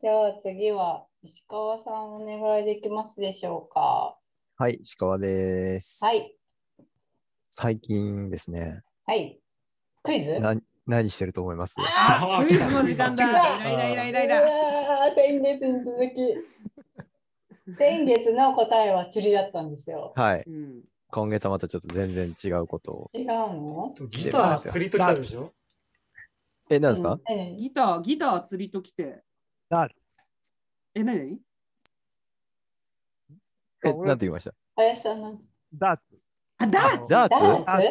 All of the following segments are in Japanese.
では次は石川さんお願いできますでしょうか。 はい、石川です。 はい。 最近ですね、 はい。クイズ何してると思います？ クイズの時間だ。イライライライライラ。 先月に続き。先月の答えは釣りだったんですよ。 はい。今月はまたちょっと全然違うことを。 違うの？ ギター釣りときたでしょ？ 何ですか？ ギター釣りときて。何なんて言いました？ 林さんなんて。 ダーツ。 ダーツ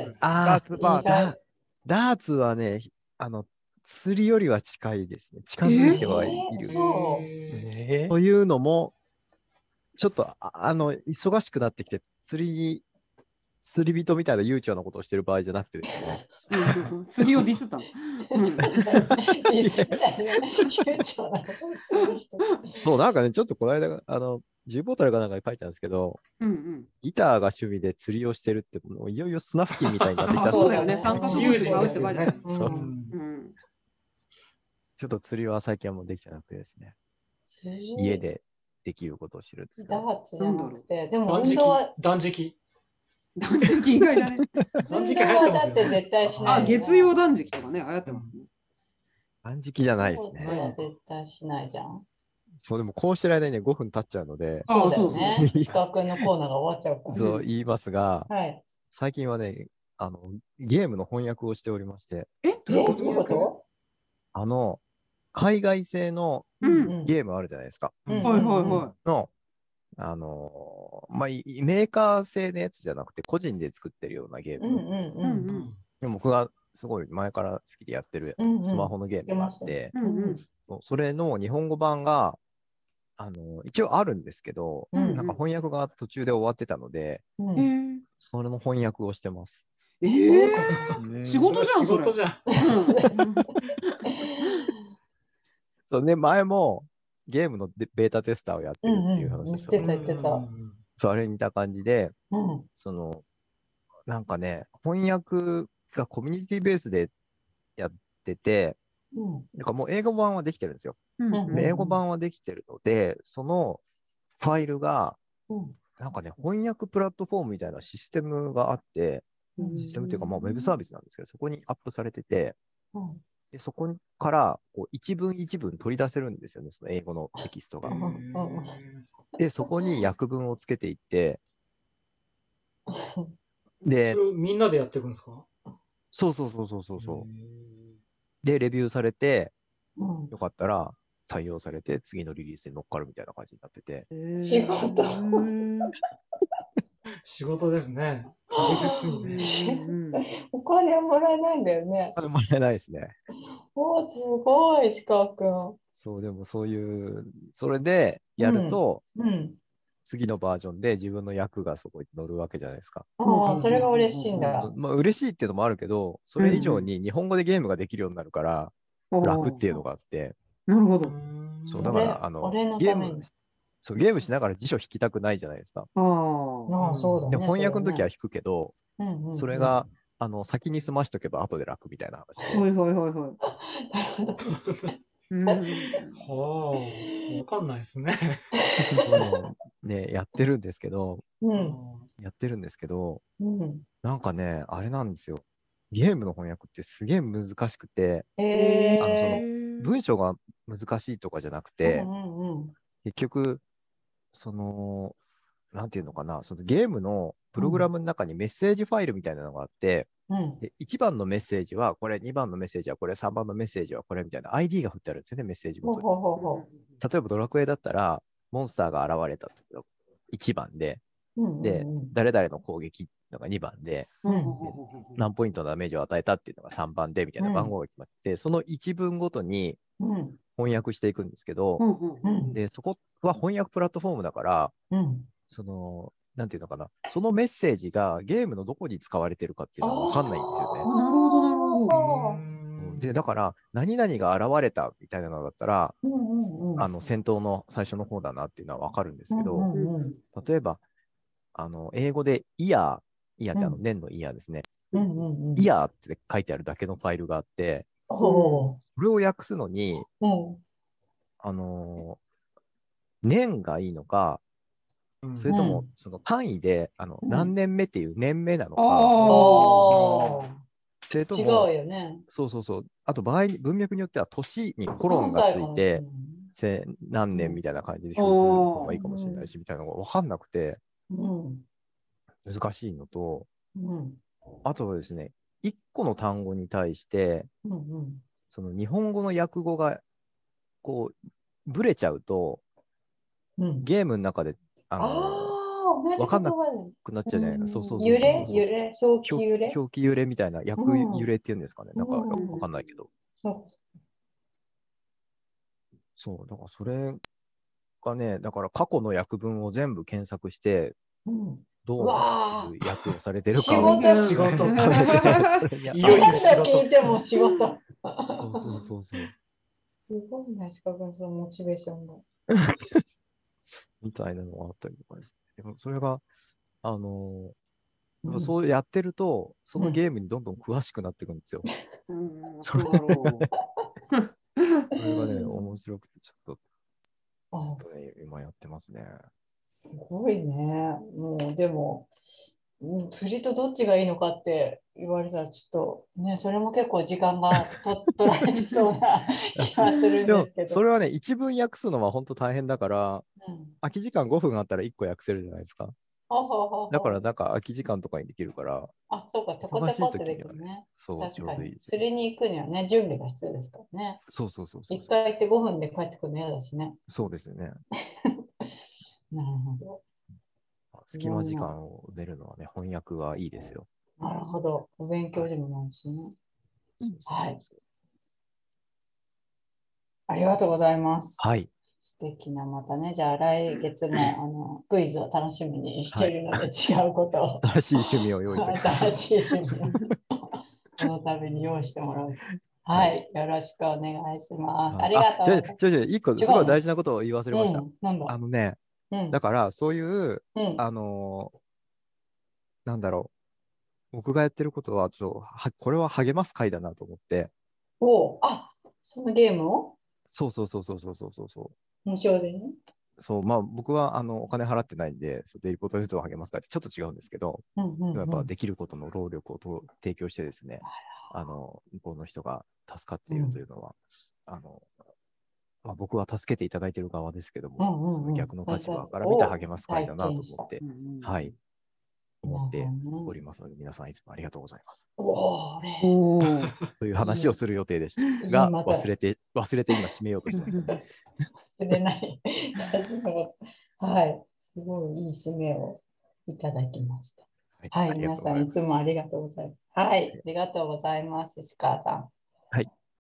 ダーツはね、釣りよりは近いですね。近づいてはいる。というのも、ちょっと忙しくなってきて、釣り人みたいな悠長なことをしてる場合じゃなくてですね。 釣りをディスったの。 そう、なんかね、ちょっとこの間、10ボタルかなんかに書いたんですけど、ギターが趣味で釣りをしてるって、もういよいよ砂付近みたいになってきた。 そうだよね、参加する人がって書いてある。 ちょっと釣りは最近はもうできてなくてですね。家でできることを知るんですけど。 ダーツじゃなくて、でも運動は断食以外だね。 断食流行ってますよね。だって絶対しない。 月曜断食とかね、流行ってますね。 断食じゃないですね。 絶対しないじゃん。 そう、でもこうしてる間にね、5分経っちゃうので。 そうだよね。石川君のコーナーが終わっちゃうから。 そう、言いますが、最近はね、ゲームの翻訳をしておりまして。 どういうこと？ 海外製のゲームあるじゃないですか。の、メーカー製のやつじゃなくて、個人で作ってるようなゲーム。でも僕がすごい前から好きでやってるスマホのゲームがあって、それの日本語版が、一応あるんですけど、なんか翻訳が途中で終わってたので、それの翻訳をしてます。 仕事じゃん。 そうね、前もゲームのベータテスターをやってるっていう話をした。 言ってた。 そう、あれに似た感じで、なんかね、翻訳がコミュニティベースでやってて、なんかもう英語版はできてるんですよ。英語版はできてるので、そのファイルが、なんかね、翻訳プラットフォームみたいなシステムがあって、システムっていうか、ウェブサービスなんですけど、そこにアップされてて、でそこからこう一文一文取り出せるんですよね、その英語のテキストが。で、そこに訳文をつけていって、 で、それをみんなでやっていくんですか？ そう。で、レビューされて、よかったら採用されて、次のリリースに乗っかるみたいな感じになってて。 仕事ですね。 お金はもらえないんだよね。 お金もらえないですね。 おー、すごい、石川君。 そう、でもそういう、それでやると、次のバージョンで自分の役がそこに載るわけじゃないですか。 ああ、それが嬉しいんだ。 嬉しいっていうのもあるけど、それ以上に日本語でゲームができるようになるから、楽っていうのがあって。 なるほど。 そうだからゲームしながら辞書引きたくないじゃないですか。 そうだね。 で翻訳の時は引くけど、それが先に済ましとけば後で楽みたいな話で。 なるほど。わかんないですね。 ね、やってるんですけど、なんかね、あれなんですよ。ゲームの翻訳ってすげえ難しくて、その文章が難しいとかじゃなくて、結局、なんていうのかな、そのゲームのプログラムの中にメッセージファイルみたいなのがあって、で1番のメッセージはこれ、2番のメッセージはこれ、3番のメッセージはこれみたいな ID が振ってあるんですよね、メッセージごとに。例えばドラクエだったら、モンスターが現れた1番で、で、誰々の攻撃のが2番で、何ポイントのダメージを与えたっていうのが3番でみたいな番号が決まって、その1文ごとに翻訳していくんですけど、で、そこは翻訳プラットフォームだから、なんていうのかな、そのメッセージがゲームのどこに使われてるかっていうのは分かんないんですよね。 なるほど、なるほど。で、だから、何々が現れたみたいなのだったら、戦闘の最初の方だなっていうのは分かるんですけど、例えば、英語でイヤーって年のイヤーですね。イヤーって書いてあるだけのファイルがあって、それを訳すのに、 年がいいのか、それともその単位で何年目っていう年目なのか、それとも違うよね。 そうそうそう。あと文脈によっては年にコロンがついて何年みたいな感じで表する方がいいかもしれないし、みたいなのが分かんなくて難しいのと、あとはですね、1個の単語に対して、その日本語の訳語がこうブレちゃうと、ゲームの中で分かんなくなっちゃうじゃないか。そうそうそう。 揺れ表記揺れ表記揺れみたいな、訳揺れっていうんですかね。なんか分かんないけど。そう、だからそれがね、だから過去の訳文を全部検索して、どういう訳をされてるかを仕事食べて、 いよいよ仕事。 聞いても仕事。 そうそうそうそう。 すごいね、しかもそのモチベーションが。 みたいなのがあったりとかですね。でもそれが、そうやってると、そのゲームにどんどん詳しくなっていくんですよ。それがね、面白くて、ちょっと、ずっとね、今やってますね。 すごいね。もう、でも、釣りとどっちがいいのかって言われたら、ちょっと、ね、それも結構時間が取られてそうな気がするんですけど。 それはね、一文訳すのは本当大変だから、空き時間5分あったら1個訳せるじゃないですか。だから、なんか空き時間とかにできるから、 あ、そうか、ちょこちょこってできるね。 そう、 確かに。 ちょうどいいです。 釣りに行くにはね、準備が必要ですからね。 そうそうそうそう。 一回行って5分で帰ってくるの嫌だしね。 そうですね。 なるほど。 隙間時間を埋めるのはね、翻訳はいいですよ。 なるほど。お勉強にもなるしね。はい。ありがとうございます。 はい。 素敵な、またね、じゃあ来月もクイズを楽しみにしているので、違うことを。 新しい趣味を用意して新しい趣味をこの度に用意してもらう。はい、よろしくお願いします。ありがとう。 一個すごい大事なことを言い忘れました。だからそういう、なんだろう、僕がやってることは、これは励ます会だなと思って。 そのゲームをそうそうそうそうそうそうそう。 無償でね。 そう、まあ僕はお金払ってないんで、デイリポート術を励ます会ってちょっと違うんですけど、やっぱできることの労力を提供してですね、向こうの人が助かっているというのは、僕は助けていただいている側ですけども、その逆の立場から見た励ます会だなと思って、はい、思っておりますので、皆さんいつもありがとうございます。という話をする予定でしたが、忘れて今締めようとしてます。 忘れない。大事なこと。はい。すごいいい締めをいただきました。はい。皆さんいつもありがとうございます。はい。ありがとうございます。石川さん。 はい。